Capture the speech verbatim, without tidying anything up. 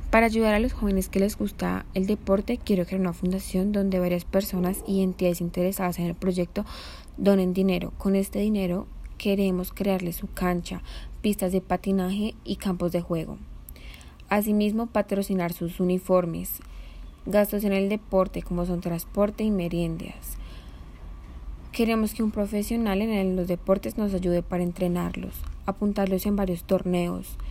Para ayudar a los jóvenes que les gusta el deporte, quiero crear una fundación donde varias personas y entidades interesadas en el proyecto donen dinero. Con este dinero queremos crearles su cancha, pistas de patinaje y campos de juego. Asimismo, patrocinar sus uniformes, gastos en el deporte como son transporte y meriendas. Queremos que un profesional en los deportes nos ayude para entrenarlos, apuntarlos en varios torneos,